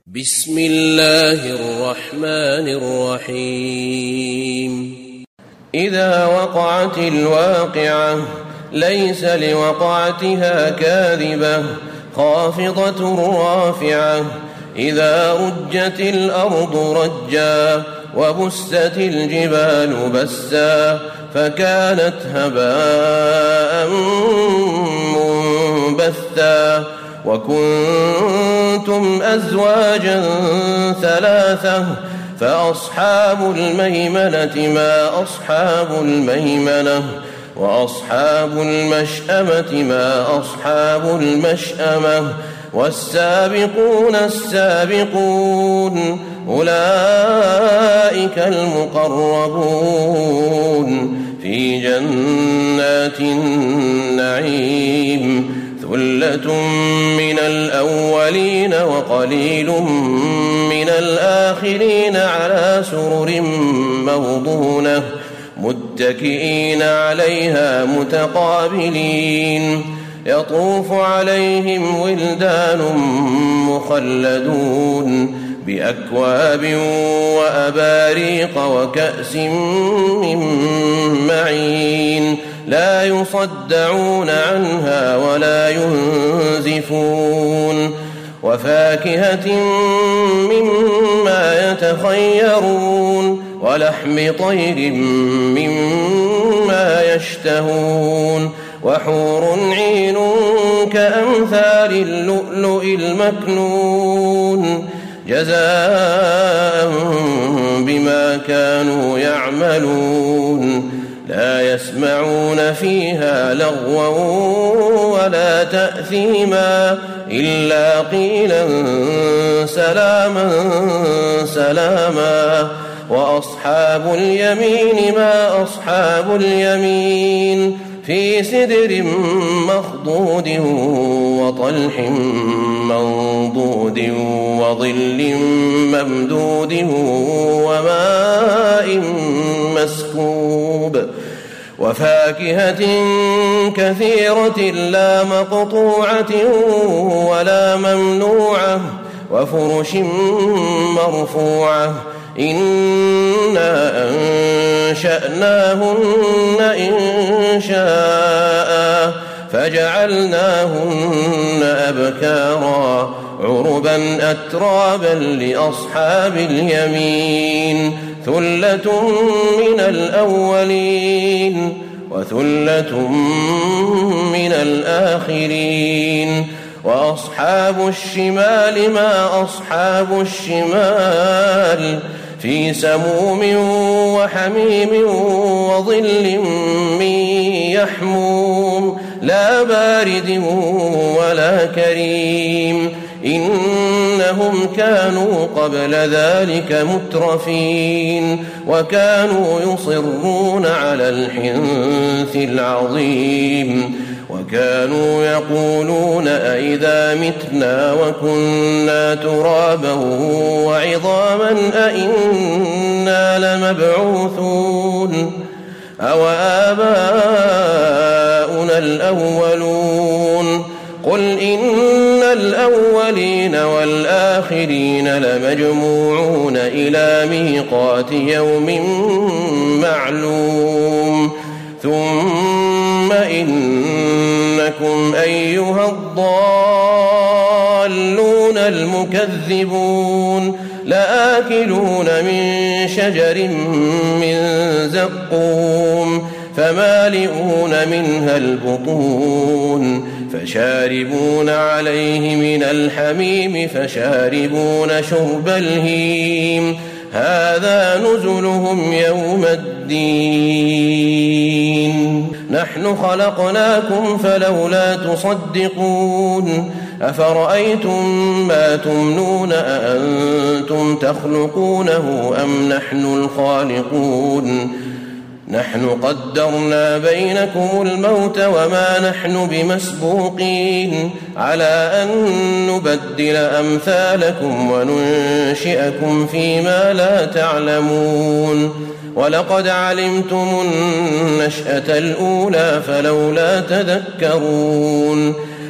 بسم الله الرحمن الرحيم إذا وقعت الواقعة ليس لوقعتها كاذبة خافضة رافعة إذا رجت الأرض رجا وبست الجبال بسا فكانت هباء منبثا وكنتم أزواجا ثلاثة فأصحاب الميمنة ما أصحاب الميمنة وأصحاب المشأمة ما أصحاب المشأمة والسابقون السابقون أولئك المقربون في جنات النعيم ثلة من الأولين وقليل من الآخرين على سرر موضونة متكئين عليها متقابلين يطوف عليهم ولدان مخلدون بأكواب وأباريق وكأس من معين لا يصدعون عنها ولا ينزفون وفاكهة مما يتخيرون ولحم طير مما يشتهون وحور عين كأمثال اللؤلؤ المكنون جزاء بما كانوا يعملون لا يسمعون فيها لغوا ولا تأثيما إلا قيلا سلاما سلاما وأصحاب اليمين ما أصحاب اليمين في سدر مخضود وطلح منضود وظل ممدود وماء مسكوب وفاكهة كثيرة لا مقطوعة ولا ممنوعة وفرش مرفوعة إنا أنشأناهن إنشاء فجعلناهن أبكارا عربا أترابا لأصحاب اليمين ثلة من الأولين وثلة من الآخرين وأصحاب الشمال ما أصحاب الشمال في سموم وحميم وظل من يحموم لا بارد ولا كريم إنهم كانوا قبل ذلك مترفين وكانوا يصرون على الحنث العظيم وكانوا يقولون أئذا متنا وكنا ترابا وعظاما أئنا لمبعوثون أو آباؤنا الأولون قل إن الأولين والآخرين لمجموعون إلى ميقات يوم معلوم ثم إنكم أيها الضالون المكذبون لآكلون من شجر من زقوم فمالئون منها البطون فشاربون عليه من الحميم فشاربون شرب الهيم هذا نزلهم يوم الدين نحن خلقناكم فلولا تصدقون أفرأيتم ما تمنون أأنتم تخلقونه أم نحن الخالقون نحن قدرنا بينكم الموت وما نحن بمسبوقين على أن نبدل أمثالكم وننشئكم فيما لا تعلمون ولقد علمتم النشأة الأولى فلولا تذكرون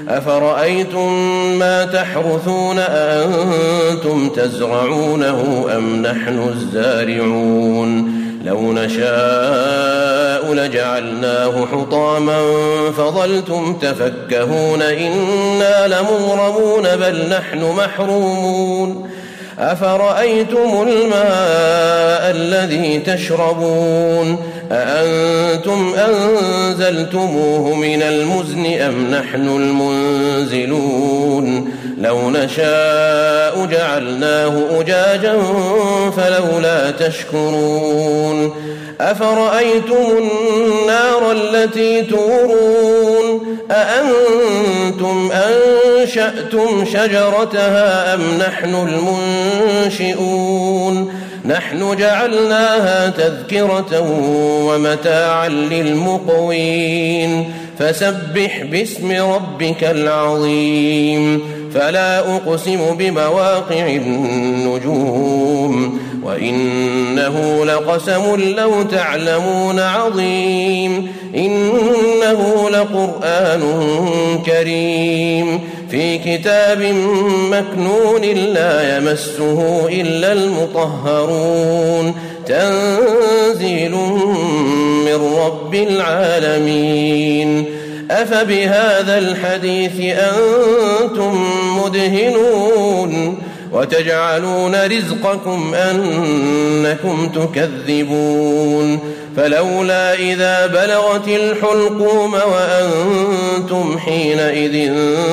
أفرأيتم ما تحرثون أأنتم تزرعونه أم نحن الزارعون لو نشاء لجعلناه حطاما فظلتم تفكهون إنا لمغرمون بل نحن محرومون أفرأيتم الماء الذي تشربون أأنتم أنزلتموه من المزن أم نحن المنزلون لو نشاء جعلناه أجاجا فلولا تشكرون أفرأيتم النار التي تورون أأنتم أنشأتم شجرتها أم نحن المنشئون نحن جعلناها تذكرة ومتاعا للمقوين فسبح باسم ربك العظيم فلا أقسم بمواقع النجوم وإنه لقسم لو تعلمون عظيم إنه لقرآن كريم في كتاب مكنون لا يمسه إلا المطهرون تنزيل من رب العالمين أفبهذا الحديث أنتم مدهنون وتجعلون رزقكم أنكم تكذبون فلولا إذا بلغت الحلقوم وأنتم حينئذ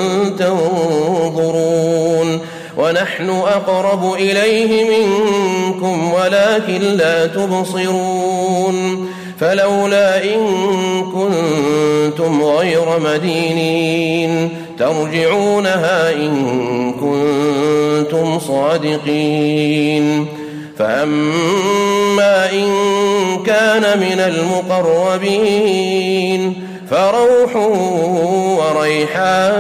تنظرون ونحن أقرب إليه منكم ولكن لا تبصرون فلولا إن كنتم غير مدينين ترجعونها إن كنتم صادقين فأما إن كان من المقربين فروح وريحان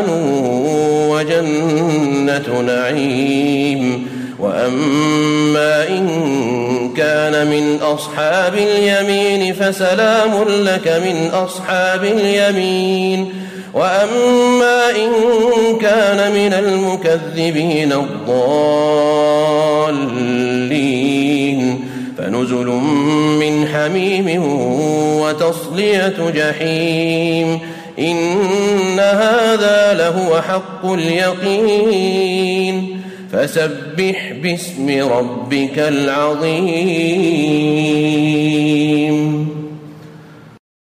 وجنة نعيم وأما إن كان من أصحاب اليمين فسلام لك من أصحاب اليمين وأما إن كان من المكذبين الضالين فنزل من حميم وتصلية جحيم إن هذا لهو حق اليقين فسبح باسم ربك العظيم